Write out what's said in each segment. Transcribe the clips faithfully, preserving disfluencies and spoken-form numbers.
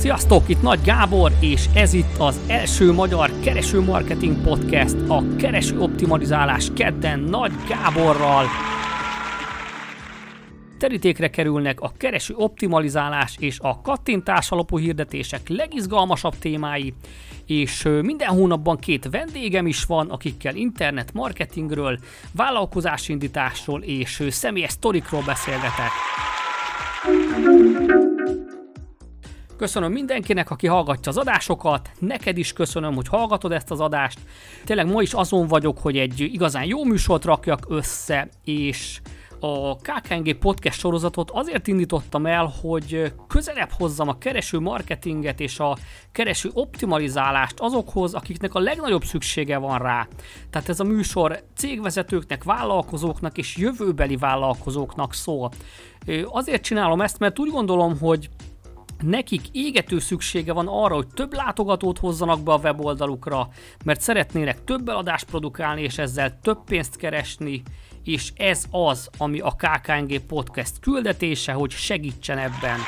Sziasztok, itt Nagy Gábor, és ez itt az első magyar kereső marketing podcast, a kereső optimalizálás kedden Nagy Gáborral. Terítékre kerülnek a kereső optimalizálás és a kattintás alapú hirdetések legizgalmasabb témái, és minden hónapban két vendégem is van, akikkel internet marketingről, vállalkozásindításról és személyes sztorikról beszélgetek. Köszönöm mindenkinek, aki hallgatja az adásokat, neked is köszönöm, hogy hallgatod ezt az adást. Tényleg ma is azon vagyok, hogy egy igazán jó műsort rakjak össze, és a ká ká en gé podcast sorozatot azért indítottam el, hogy közelebb hozzam a kereső marketinget és a kereső optimalizálást azokhoz, akiknek a legnagyobb szüksége van rá. Tehát ez a műsor cégvezetőknek, vállalkozóknak és jövőbeli vállalkozóknak szól. Azért csinálom ezt, mert úgy gondolom, hogy nekik égető szüksége van arra, hogy több látogatót hozzanak be a weboldalukra, mert szeretnének több eladást produkálni, és ezzel több pénzt keresni, és ez az, ami a ká ká en gé podcast küldetése, hogy segítsen ebben.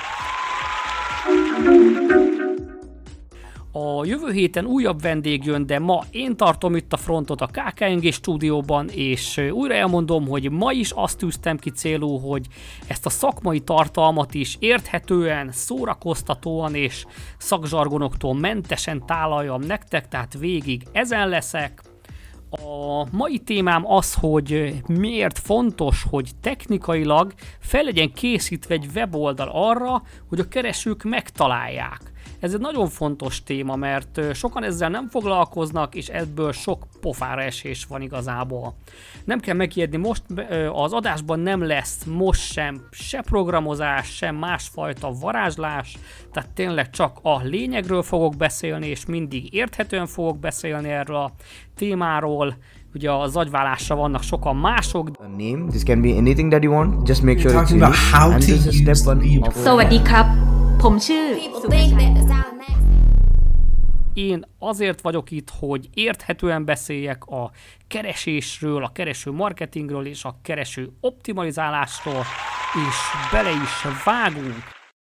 A jövő héten újabb vendég jön, de ma én tartom itt a frontot a ká ká en gé stúdióban, és újra elmondom, hogy ma is azt tűztem ki célul, hogy ezt a szakmai tartalmat is érthetően, szórakoztatóan és szakzsargonoktól mentesen tálaljam nektek, tehát végig ezen leszek. A mai témám az, hogy miért fontos, hogy technikailag fel legyen készítve egy weboldal arra, hogy a keresők megtalálják. Ez egy nagyon fontos téma, mert sokan ezzel nem foglalkoznak, és ebből sok pofára esés van igazából. Nem kell megijedni, most az adásban nem lesz most sem se programozás, sem másfajta varázslás, tehát tényleg csak a lényegről fogok beszélni, és mindig érthetően fogok beszélni erről a témáról. Ugye az agyválásra vannak sokan mások. A name, this can be anything that you want, just make sure it's about unique. how And to this is use step one the- of สวัสดีครับ ผมชื่อ People think that the sound next. Én azért vagyok itt, hogy érthetően beszéljek a keresésről, a kereső marketingről és a kereső optimalizálásról, és bele is vágunk.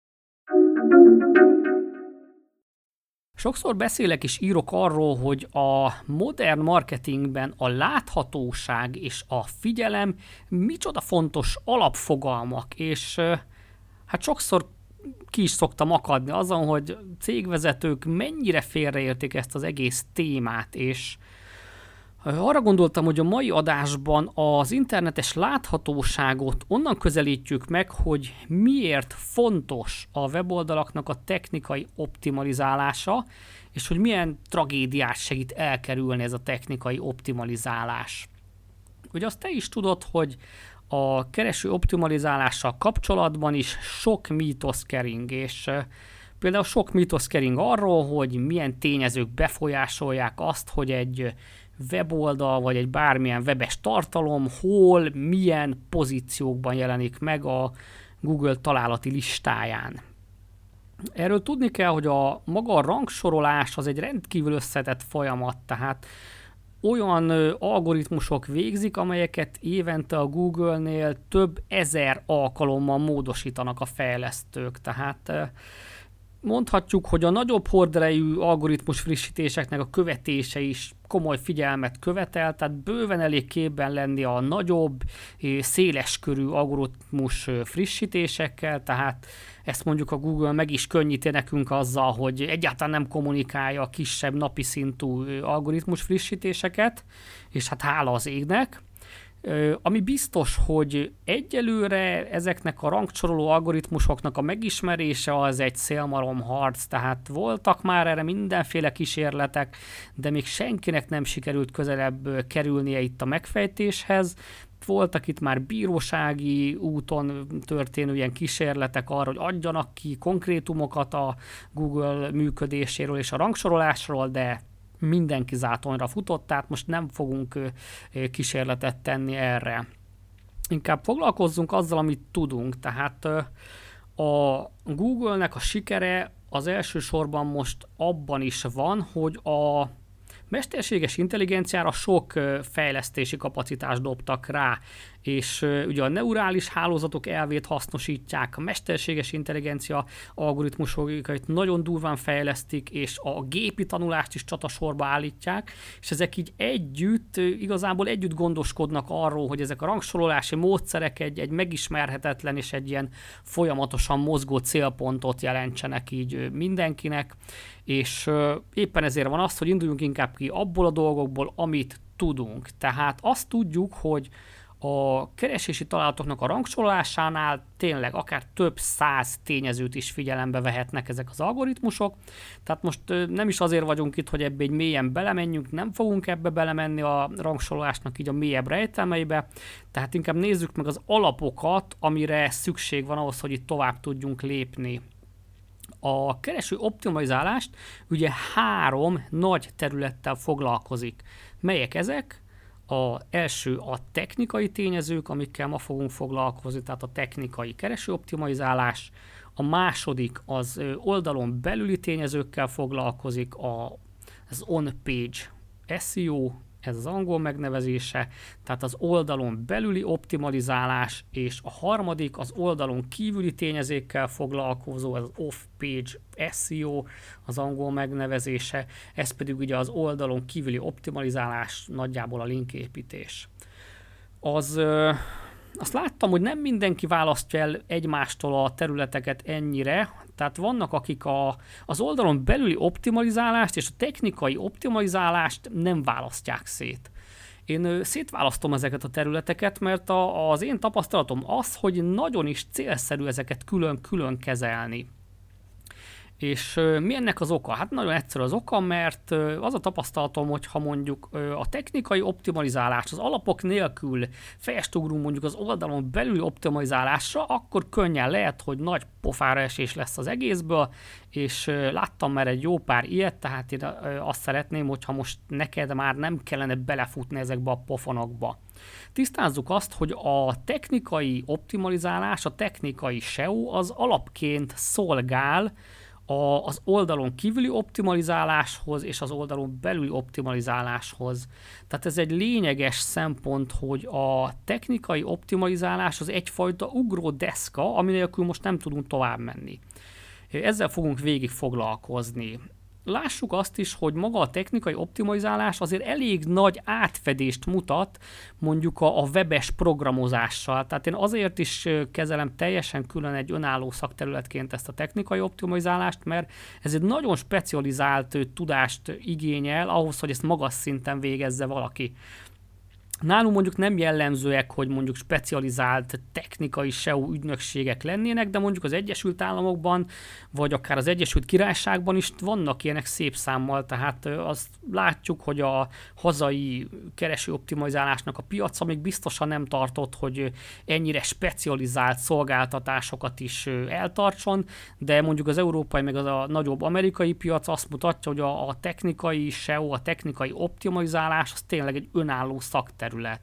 Sokszor beszélek és írok arról, hogy a modern marketingben a láthatóság és a figyelem micsoda fontos alapfogalmak, és hát sokszor ki is szoktam akadni azon, hogy cégvezetők mennyire félreértik ezt az egész témát, és arra gondoltam, hogy a mai adásban az internetes láthatóságot onnan közelítjük meg, hogy miért fontos a weboldalaknak a technikai optimalizálása, és hogy milyen tragédiát segít elkerülni ez a technikai optimalizálás. Ugye azt te is tudod, hogy a kereső optimalizálással kapcsolatban is sok mítosz kering, és például sok mítosz kering arról, hogy milyen tényezők befolyásolják azt, hogy egy weboldal vagy egy bármilyen webes tartalom hol, milyen pozíciókban jelenik meg a Google találati listáján. Erről tudni kell, hogy a maga a rangsorolás az egy rendkívül összetett folyamat, tehát olyan ö, algoritmusok végzik, amelyeket évente a Google-nél több ezer alkalommal módosítanak a fejlesztők. Tehát ö, mondhatjuk, hogy a nagyobb horderejű algoritmus frissítéseknek a követése is komoly figyelmet követel, tehát bőven elég képben lenni a nagyobb, széleskörű algoritmus frissítésekkel, tehát ezt mondjuk a Google meg is könnyíti nekünk azzal, hogy egyáltalán nem kommunikálja a kisebb napi szintű algoritmus frissítéseket, és hát hála az égnek. Ami biztos, hogy egyelőre ezeknek a rangsoroló algoritmusoknak a megismerése az egy szélmalomharc, tehát voltak már erre mindenféle kísérletek, de még senkinek nem sikerült közelebb kerülnie itt a megfejtéshez. Voltak itt már bírósági úton történő ilyen kísérletek arra, hogy adjanak ki konkrétumokat a Google működéséről és a rangsorolásról, de mindenki zátonyra futott, tehát most nem fogunk kísérletet tenni erre. Inkább foglalkozzunk azzal, amit tudunk. Tehát a Google-nek a sikere az elsősorban most abban is van, hogy a mesterséges intelligenciára sok fejlesztési kapacitást dobtak rá, és ugye a neurális hálózatok elvét hasznosítják, a mesterséges intelligencia algoritmusokat nagyon durván fejlesztik, és a gépi tanulást is csatasorba állítják, és ezek így együtt, igazából együtt gondoskodnak arról, hogy ezek a rangsorolási módszerek egy, egy megismerhetetlen és egy ilyen folyamatosan mozgó célpontot jelentsenek így mindenkinek, és éppen ezért van az, hogy induljunk inkább ki abból a dolgokból, amit tudunk. Tehát azt tudjuk, hogy a keresési találatoknak a rangsorolásánál tényleg akár több száz tényezőt is figyelembe vehetnek ezek az algoritmusok. Tehát most nem is azért vagyunk itt, hogy ebbe egy mélyen belemenjünk, nem fogunk ebbe belemenni a rangsorolásnak így a mélyebb rejtelmeibe, tehát inkább nézzük meg az alapokat, amire szükség van ahhoz, hogy itt tovább tudjunk lépni. A kereső optimalizálást ugye három nagy területtel foglalkozik. Melyek ezek? A első a technikai tényezők, amikkel ma fogunk foglalkozni, tehát a technikai keresőoptimalizálás. A második az oldalon belüli tényezőkkel foglalkozik, a, az on-page es e o, ez az angol megnevezése, tehát az oldalon belüli optimalizálás, és a harmadik az oldalon kívüli tényezőkkel foglalkozó, ez az off-page es e o, az angol megnevezése, ez pedig ugye az oldalon kívüli optimalizálás, nagyjából a linképítés. Az... Azt láttam, hogy nem mindenki választja el egymástól a területeket ennyire, tehát vannak, akik a, az oldalon belüli optimalizálást és a technikai optimalizálást nem választják szét. Én szétválasztom ezeket a területeket, mert a, az én tapasztalatom az, hogy nagyon is célszerű ezeket külön-külön kezelni. És mi ennek az oka? Hát nagyon egyszerű az oka, mert az a tapasztalatom, hogy ha mondjuk a technikai optimalizálás az alapok nélkül fejest ugrunk mondjuk az oldalon belüli optimalizálásra, akkor könnyen lehet, hogy nagy pofára esés lesz az egészből, és láttam már egy jó pár ilyet, tehát én azt szeretném, hogyha most neked már nem kellene belefutni ezekbe a pofonokba. Tisztázzuk azt, hogy a technikai optimalizálás, a technikai es e o az alapként szolgál A, az oldalon kívüli optimalizáláshoz és az oldalon belüli optimalizáláshoz. Tehát ez egy lényeges szempont, hogy a technikai optimalizálás az egyfajta ugródeszka, ami nélkül most nem tudunk tovább menni. Ezzel fogunk végig foglalkozni. Lássuk azt is, hogy maga a technikai optimalizálás azért elég nagy átfedést mutat mondjuk a, a webes programozással. Tehát én azért is kezelem teljesen külön egy önálló szakterületként ezt a technikai optimalizálást, mert ez egy nagyon specializált tudást igényel ahhoz, hogy ezt magas szinten végezze valaki. Nálunk mondjuk nem jellemzőek, hogy mondjuk specializált technikai es e o ügynökségek lennének, de mondjuk az Egyesült Államokban, vagy akár az Egyesült Királyságban is vannak ilyenek szép számmal, tehát azt látjuk, hogy a hazai keresőoptimalizálásnak a piaca még biztosan nem tartott, hogy ennyire specializált szolgáltatásokat is eltartson, de mondjuk az európai meg az a nagyobb amerikai piac azt mutatja, hogy a, a technikai es e o, a technikai optimalizálás az tényleg egy önálló szakterület. terület.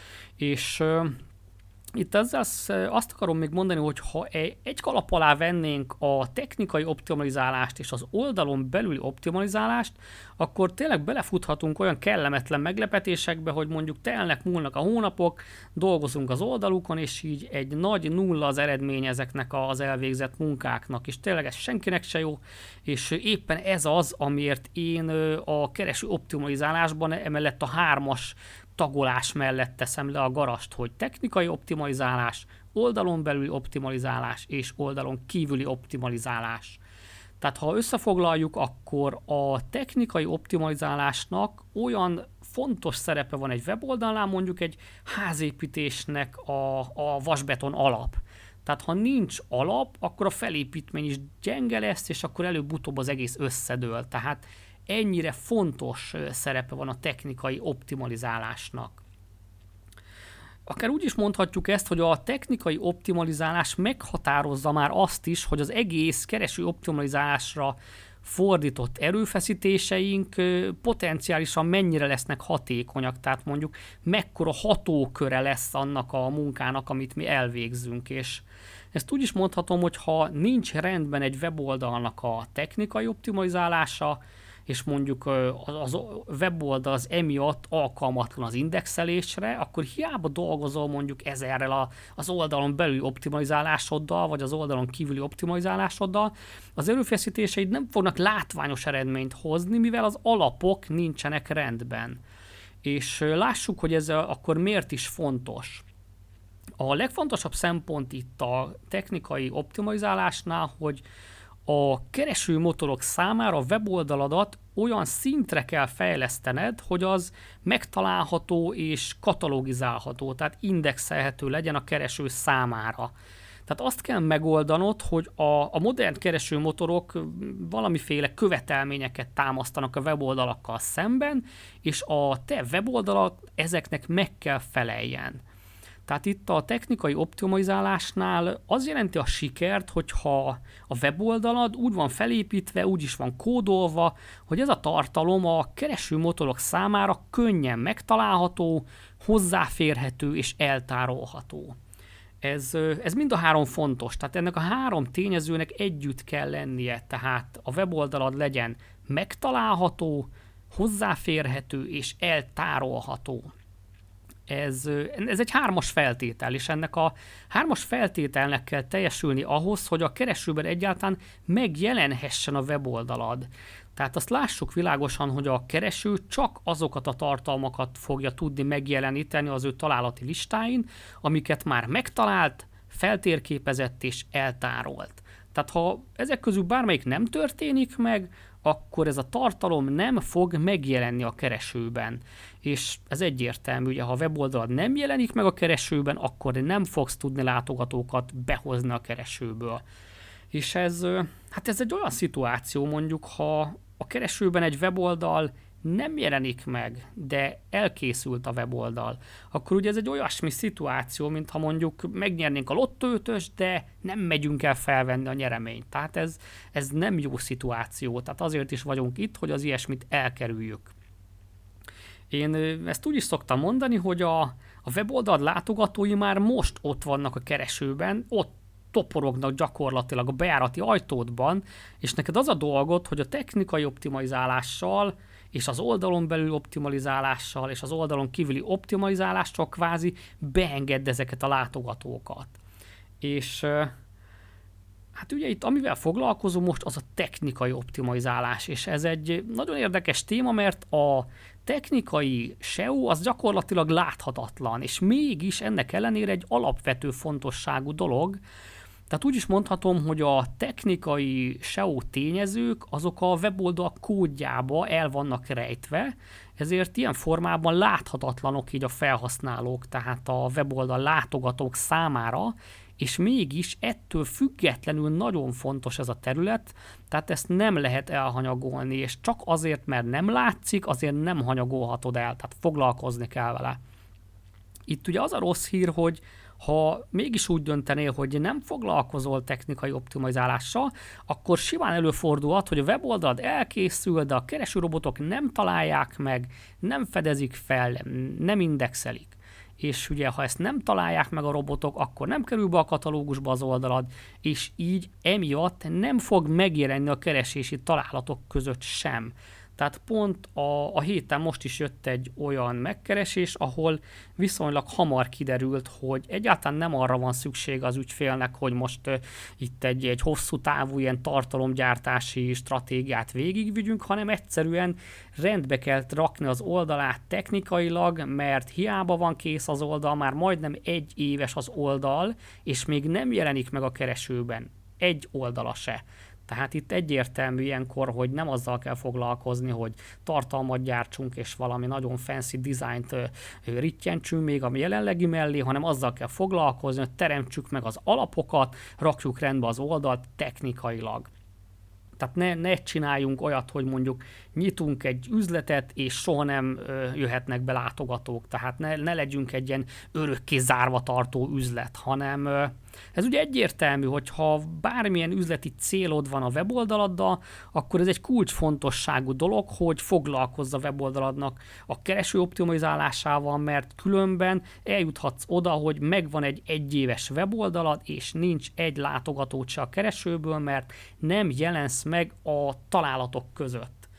És uh, itt ezzel azt akarom még mondani, hogy ha egy kalap alá vennénk a technikai optimalizálást és az oldalon belüli optimalizálást, akkor tényleg belefuthatunk olyan kellemetlen meglepetésekbe, hogy mondjuk telnek, múlnak a hónapok, dolgozunk az oldalukon, és így egy nagy nulla az eredmény ezeknek az elvégzett munkáknak, és tényleg ez senkinek se jó, és éppen ez az, amiért én a kereső optimalizálásban emellett a hármas tagolás mellett teszem le a garast, hogy technikai optimalizálás, oldalon belüli optimalizálás és oldalon kívüli optimalizálás. Tehát ha összefoglaljuk, akkor a technikai optimalizálásnak olyan fontos szerepe van egy weboldalnál, mondjuk egy házépítésnek a, a vasbeton alap. Tehát ha nincs alap, akkor a felépítmény is gyenge lesz, és akkor előbb-utóbb az egész összedől. Tehát ennyire fontos szerepe van a technikai optimalizálásnak. Akár úgy is mondhatjuk ezt, hogy a technikai optimalizálás meghatározza már azt is, hogy az egész kereső optimalizálásra fordított erőfeszítéseink potenciálisan mennyire lesznek hatékonyak, tehát mondjuk mekkora hatóköre lesz annak a munkának, amit mi elvégzünk, és ezt úgy is mondhatom, hogy ha nincs rendben egy weboldalnak a technikai optimalizálása, és mondjuk az weboldal az emiatt alkalmatlan az indexelésre, akkor hiába dolgozol mondjuk ezerrel az oldalon belüli optimalizálásoddal, vagy az oldalon kívüli optimalizálásoddal, az erőfeszítéseid nem fognak látványos eredményt hozni, mivel az alapok nincsenek rendben. És lássuk, hogy ez akkor miért is fontos. A legfontosabb szempont itt a technikai optimalizálásnál, hogy a keresőmotorok számára a weboldaladat olyan szintre kell fejlesztened, hogy az megtalálható és katalogizálható, tehát indexelhető legyen a kereső számára. Tehát azt kell megoldanod, hogy a, a modern keresőmotorok valamiféle követelményeket támasztanak a weboldalakkal szemben, és a te weboldalak ezeknek meg kell feleljen. Tehát itt a technikai optimalizálásnál az jelenti a sikert, hogyha a weboldalad úgy van felépítve, úgy is van kódolva, hogy ez a tartalom a keresőmotorok számára könnyen megtalálható, hozzáférhető és eltárolható. Ez, ez mind a három fontos, tehát ennek a három tényezőnek együtt kell lennie, tehát a weboldalad legyen megtalálható, hozzáférhető és eltárolható. Ez, ez egy hármas feltétel, és ennek a hármas feltételnek kell teljesülni ahhoz, hogy a keresőben egyáltalán megjelenhessen a weboldalad. Tehát azt lássuk világosan, hogy a kereső csak azokat a tartalmakat fogja tudni megjeleníteni az ő találati listáin, amiket már megtalált, feltérképezett és eltárolt. Tehát ha ezek közül bármelyik nem történik meg, akkor ez a tartalom nem fog megjelenni a keresőben. És ez egyértelmű, hogy ha a weboldalad nem jelenik meg a keresőben, akkor nem fogsz tudni látogatókat behozni a keresőből. És ez, hát ez egy olyan szituáció, mondjuk, ha a keresőben egy weboldal nem jelenik meg, de elkészült a weboldal, akkor ugye ez egy olyasmi szituáció, mintha mondjuk megnyernénk a lottóötöst, de nem megyünk el felvenni a nyereményt. Tehát ez, ez nem jó szituáció, tehát azért is vagyunk itt, hogy az ilyesmit elkerüljük. Én ezt úgy is szoktam mondani, hogy a, a weboldal látogatói már most ott vannak a keresőben, ott toporognak gyakorlatilag a bejárati ajtódban, és neked az a dolgod, hogy a technikai optimalizálással és az oldalon belül optimalizálással és az oldalon kívüli optimalizálással kvázi beengedd ezeket a látogatókat. És hát ugye itt amivel foglalkozom most, az a technikai optimalizálás, és ez egy nagyon érdekes téma, mert a technikai es e o az gyakorlatilag láthatatlan, és mégis ennek ellenére egy alapvető fontosságú dolog. Tehát úgy is mondhatom, hogy a technikai es e o tényezők azok a weboldal kódjába el vannak rejtve, ezért ilyen formában láthatatlanok így a felhasználók, tehát a weboldal látogatók számára, és mégis ettől függetlenül nagyon fontos ez a terület, tehát ezt nem lehet elhanyagolni, és csak azért, mert nem látszik, azért nem hanyagolhatod el, tehát foglalkozni kell vele. Itt ugye az a rossz hír, hogy ha mégis úgy döntenél, hogy nem foglalkozol technikai optimalizálással, akkor simán előfordulhat, hogy a weboldalad elkészül, de a keresőrobotok nem találják meg, nem fedezik fel, nem indexelik. És ugye, ha ezt nem találják meg a robotok, akkor nem kerül be a katalógusba az oldalad, és így emiatt nem fog megjelenni a keresési találatok között sem. Tehát pont a, a héten most is jött egy olyan megkeresés, ahol viszonylag hamar kiderült, hogy egyáltalán nem arra van szüksége az ügyfélnek, hogy most uh, itt egy, egy hosszú távú ilyen tartalomgyártási stratégiát végigvigyünk, hanem egyszerűen rendbe kell rakni az oldalát technikailag, mert hiába van kész az oldal, már majdnem egy éves az oldal, és még nem jelenik meg a keresőben. Egy oldala se. Tehát itt egyértelmű ilyenkor, hogy nem azzal kell foglalkozni, hogy tartalmat gyártsunk és valami nagyon fancy dizájnt rittyentsünk még a jelenlegi mellé, hanem azzal kell foglalkozni, hogy teremtsük meg az alapokat, rakjuk rendbe az oldalt technikailag. Tehát ne, ne csináljunk olyat, hogy mondjuk nyitunk egy üzletet, és soha nem ö, jöhetnek be látogatók. Tehát ne, ne legyünk egy ilyen örökké zárva tartó üzlet, hanem ö, ez ugye egyértelmű, hogy ha bármilyen üzleti célod van a weboldaladdal, akkor ez egy kulcsfontosságú dolog, hogy foglalkozz a weboldaladnak a kereső optimalizálásával, mert különben eljuthatsz oda, hogy megvan egy egyéves weboldalad, és nincs egy látogatót se a keresőből, mert nem jelensz meg a találatok között.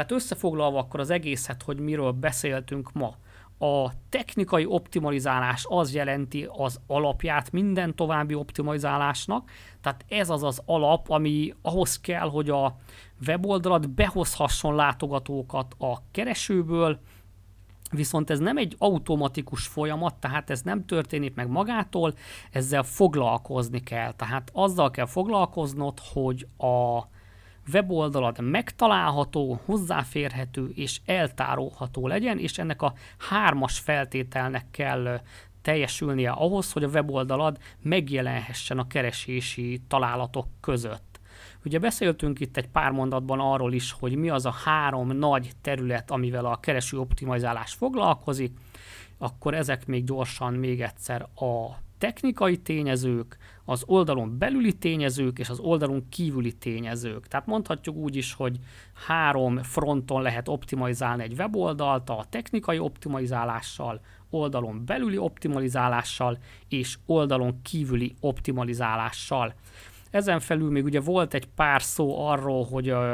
Tehát összefoglalva akkor az egészet, hogy miről beszéltünk ma. A technikai optimalizálás az jelenti az alapját minden további optimalizálásnak, tehát ez az az alap, ami ahhoz kell, hogy a weboldalat behozhasson látogatókat a keresőből, viszont ez nem egy automatikus folyamat, tehát ez nem történik meg magától, ezzel foglalkozni kell. Tehát azzal kell foglalkoznod, hogy a weboldalad megtalálható, hozzáférhető és eltárolható legyen, és ennek a hármas feltételnek kell teljesülnie ahhoz, hogy a weboldalad megjelenhessen a keresési találatok között. Ugye beszéltünk itt egy pár mondatban arról is, hogy mi az a három nagy terület, amivel a kereső optimalizálás foglalkozik, akkor ezek még gyorsan még egyszer a technikai tényezők, az oldalon belüli tényezők és az oldalon kívüli tényezők. Tehát mondhatjuk úgy is, hogy három fronton lehet optimalizálni egy weboldalt, a technikai optimalizálással, oldalon belüli optimalizálással és oldalon kívüli optimalizálással. Ezen felül még ugye volt egy pár szó arról, hogy a,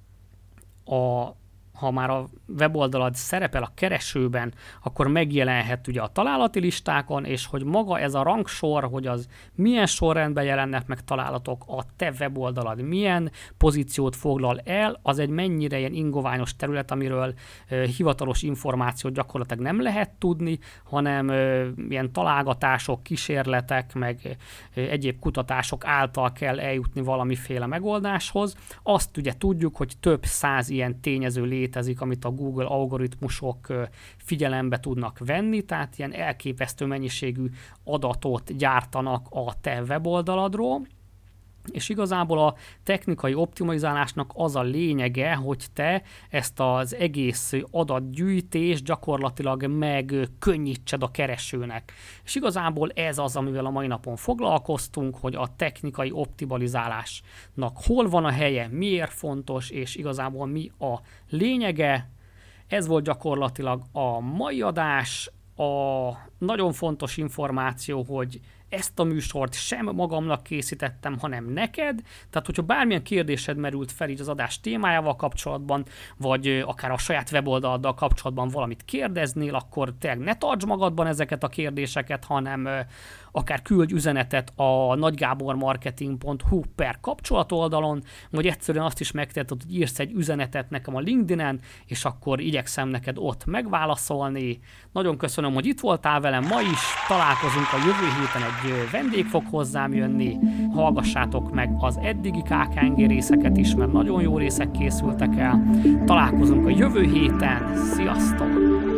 a ha már a weboldalad szerepel a keresőben, akkor megjelenhet ugye a találati listákon, és hogy maga ez a rangsor, hogy az milyen sorrendben jelennek meg találatok, a te weboldalad milyen pozíciót foglal el, az egy mennyire ilyen ingoványos terület, amiről e, hivatalos információt gyakorlatilag nem lehet tudni, hanem e, ilyen találgatások, kísérletek, meg e, egyéb kutatások által kell eljutni valamiféle megoldáshoz. Azt ugye tudjuk, hogy több száz ilyen tényező létezik, létezik, amit a Google algoritmusok figyelembe tudnak venni, tehát ilyen elképesztő mennyiségű adatot gyártanak a te weboldaladról, és igazából a technikai optimalizálásnak az a lényege, hogy te ezt az egész adatgyűjtést gyakorlatilag megkönnyítsed a keresőnek. És igazából ez az, amivel a mai napon foglalkoztunk, hogy a technikai optimalizálásnak hol van a helye, miért fontos, és igazából mi a lényege. Ez volt gyakorlatilag a mai adás. A nagyon fontos információ, hogy ezt a műsort sem magamnak készítettem, hanem neked. Tehát, hogyha bármilyen kérdésed merült fel így az adás témájával kapcsolatban, vagy akár a saját weboldaladdal kapcsolatban valamit kérdeznél, akkor tényleg ne tartsd magadban ezeket a kérdéseket, hanem akár küldj üzenetet a nagygábormarketing pont hu per kapcsolatoldalon, vagy egyszerűen azt is megteheted, hogy írsz egy üzenetet nekem a LinkedInen, és akkor igyekszem neked ott megválaszolni. Nagyon köszönöm, hogy itt voltál velem ma is, találkozunk a jövő héten, egy vendég fog hozzám jönni, hallgassátok meg az eddigi ká ká en gé részeket is, mert nagyon jó részek készültek el. Találkozunk a jövő héten, sziasztok!